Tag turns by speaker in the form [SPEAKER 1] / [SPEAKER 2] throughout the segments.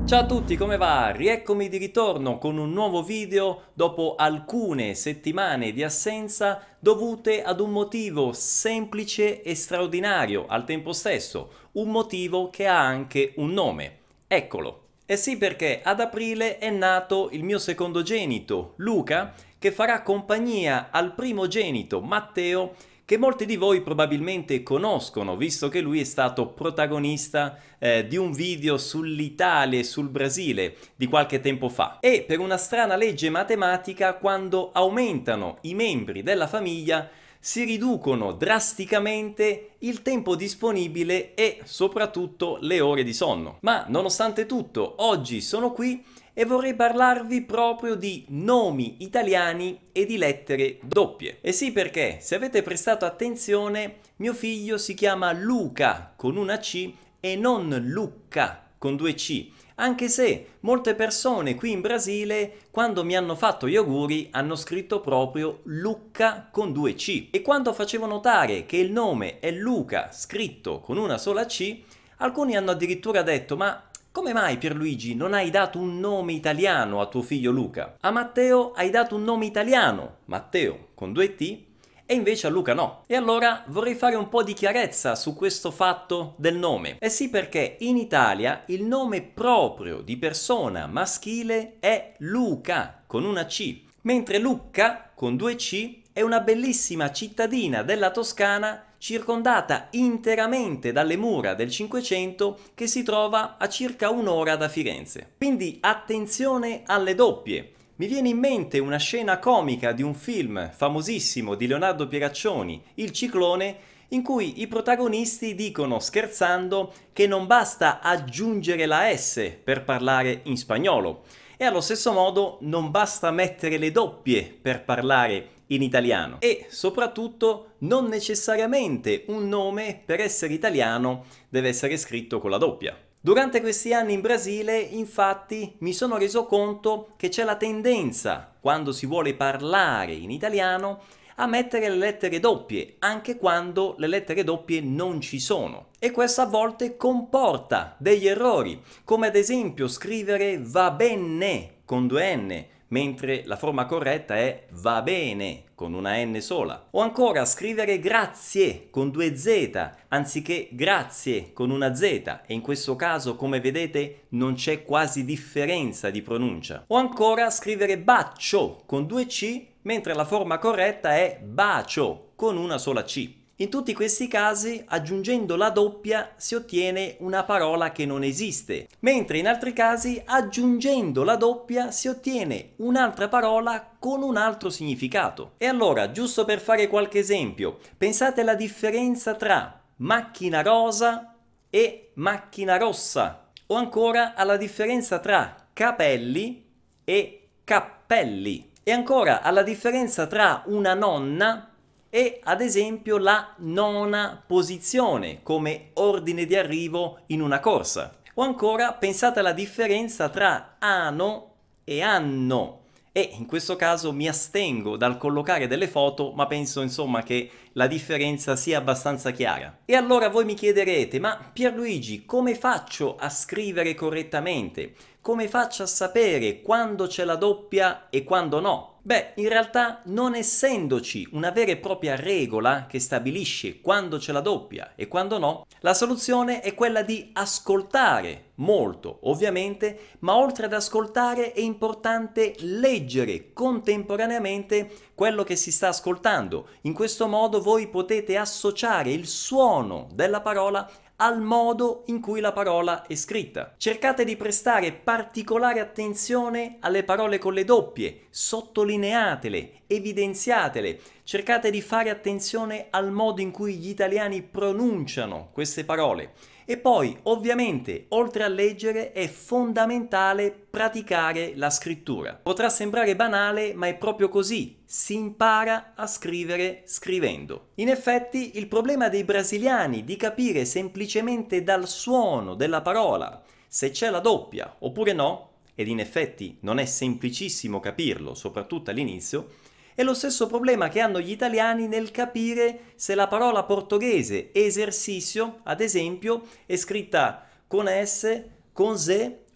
[SPEAKER 1] Ciao a tutti, come va? Rieccomi di ritorno con un nuovo video dopo alcune settimane di assenza dovute ad un motivo semplice e straordinario al tempo stesso, un motivo che ha anche un nome. Eccolo. Eh sì, perché ad aprile è nato il mio secondogenito, Luca, che farà compagnia al primogenito, Matteo, che molti di voi probabilmente conoscono, visto che lui è stato protagonista di un video sull'Italia e sul Brasile di qualche tempo fa. E per una strana legge matematica, quando aumentano i membri della famiglia, si riducono drasticamente il tempo disponibile e soprattutto le ore di sonno. Ma nonostante tutto, oggi sono qui e vorrei parlarvi proprio di nomi italiani e di lettere doppie. E sì, perché se avete prestato attenzione, mio figlio si chiama Luca con una C e non Lucca con due C. Anche se molte persone qui in Brasile, quando mi hanno fatto gli auguri, hanno scritto proprio Lucca con due C. E quando facevo notare che il nome è Luca scritto con una sola C, alcuni hanno addirittura detto: ma come mai, Pierluigi, non hai dato un nome italiano a tuo figlio Luca? A Matteo hai dato un nome italiano, Matteo con due T, e invece a Luca no. E allora vorrei fare un po' di chiarezza su questo fatto del nome. Eh sì, perché in Italia il nome proprio di persona maschile è Luca con una C, mentre Lucca con due C è una bellissima cittadina della Toscana circondata interamente dalle mura del Cinquecento che si trova a circa un'ora da Firenze. Quindi attenzione alle doppie. Mi viene in mente una scena comica di un film famosissimo di Leonardo Pieraccioni, Il Ciclone, in cui i protagonisti dicono scherzando che non basta aggiungere la S per parlare in spagnolo. E allo stesso modo non basta mettere le doppie per parlare in italiano. E soprattutto non necessariamente un nome per essere italiano deve essere scritto con la doppia. Durante questi anni in Brasile, infatti, mi sono reso conto che c'è la tendenza, quando si vuole parlare in italiano, a mettere le lettere doppie, anche quando le lettere doppie non ci sono. E questo a volte comporta degli errori, come ad esempio scrivere va bene con due N, mentre la forma corretta è va bene con una N sola. O ancora scrivere grazie con due Z anziché grazie con una Z, e in questo caso, come vedete, non c'è quasi differenza di pronuncia. O ancora scrivere bacio con due C, mentre la forma corretta è bacio con una sola C. In tutti questi casi, aggiungendo la doppia si ottiene una parola che non esiste, mentre in altri casi, aggiungendo la doppia si ottiene un'altra parola con un altro significato. E allora, giusto per fare qualche esempio, pensate alla differenza tra macchina rosa e macchina rossa, o ancora alla differenza tra capelli e cappelli, e ancora alla differenza tra una nonna e ad esempio la nona posizione come ordine di arrivo in una corsa. O ancora pensate alla differenza tra ano e anno. E in questo caso mi astengo dal collocare delle foto, ma penso insomma che la differenza sia abbastanza chiara. E allora voi mi chiederete: ma Pierluigi, come faccio a scrivere correttamente? Come faccio a sapere quando c'è la doppia e quando no? Beh, in realtà, non essendoci una vera e propria regola che stabilisce quando c'è la doppia e quando no, la soluzione è quella di ascoltare molto, ovviamente, ma oltre ad ascoltare è importante leggere contemporaneamente quello che si sta ascoltando. In questo modo voi potete associare il suono della parola al modo in cui la parola è scritta. Cercate di prestare particolare attenzione alle parole con le doppie, sottolineatele, evidenziatele. Cercate di fare attenzione al modo in cui gli italiani pronunciano queste parole. E poi, ovviamente, oltre a leggere, è fondamentale praticare la scrittura. Potrà sembrare banale, ma è proprio così. Si impara a scrivere scrivendo. In effetti, il problema dei brasiliani di capire semplicemente dal suono della parola se c'è la doppia oppure no, ed in effetti non è semplicissimo capirlo, soprattutto all'inizio, è lo stesso problema che hanno gli italiani nel capire se la parola portoghese esercizio, ad esempio, è scritta con S, con Z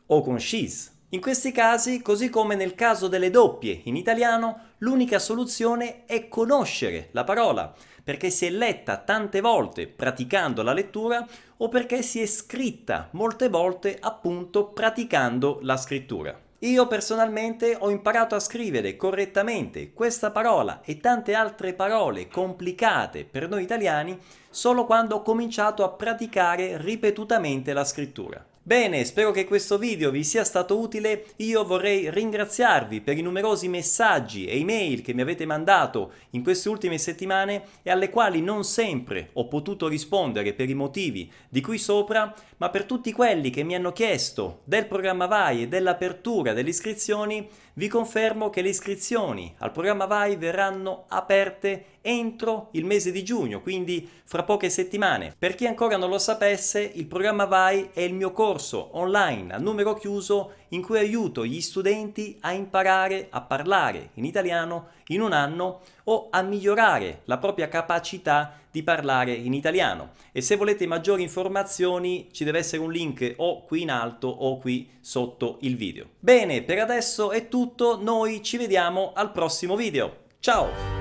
[SPEAKER 1] o con she's. In questi casi, così come nel caso delle doppie in italiano, l'unica soluzione è conoscere la parola, perché si è letta tante volte praticando la lettura o perché si è scritta molte volte appunto praticando la scrittura. Io personalmente ho imparato a scrivere correttamente questa parola e tante altre parole complicate per noi italiani solo quando ho cominciato a praticare ripetutamente la scrittura. Bene, spero che questo video vi sia stato utile. Io vorrei ringraziarvi per i numerosi messaggi e email che mi avete mandato in queste ultime settimane e alle quali non sempre ho potuto rispondere per i motivi di qui sopra, ma per tutti quelli che mi hanno chiesto del programma Vai e dell'apertura delle iscrizioni, vi confermo che le iscrizioni al programma Vai verranno aperte entro il mese di giugno, quindi fra poche settimane. Per chi ancora non lo sapesse, il programma Vai è il mio corso online a numero chiuso in cui aiuto gli studenti a imparare a parlare in italiano in un anno o a migliorare la propria capacità di parlare in italiano. E se volete maggiori informazioni ci deve essere un link o qui in alto o qui sotto il video. Bene, per adesso è tutto, noi ci vediamo al prossimo video. Ciao!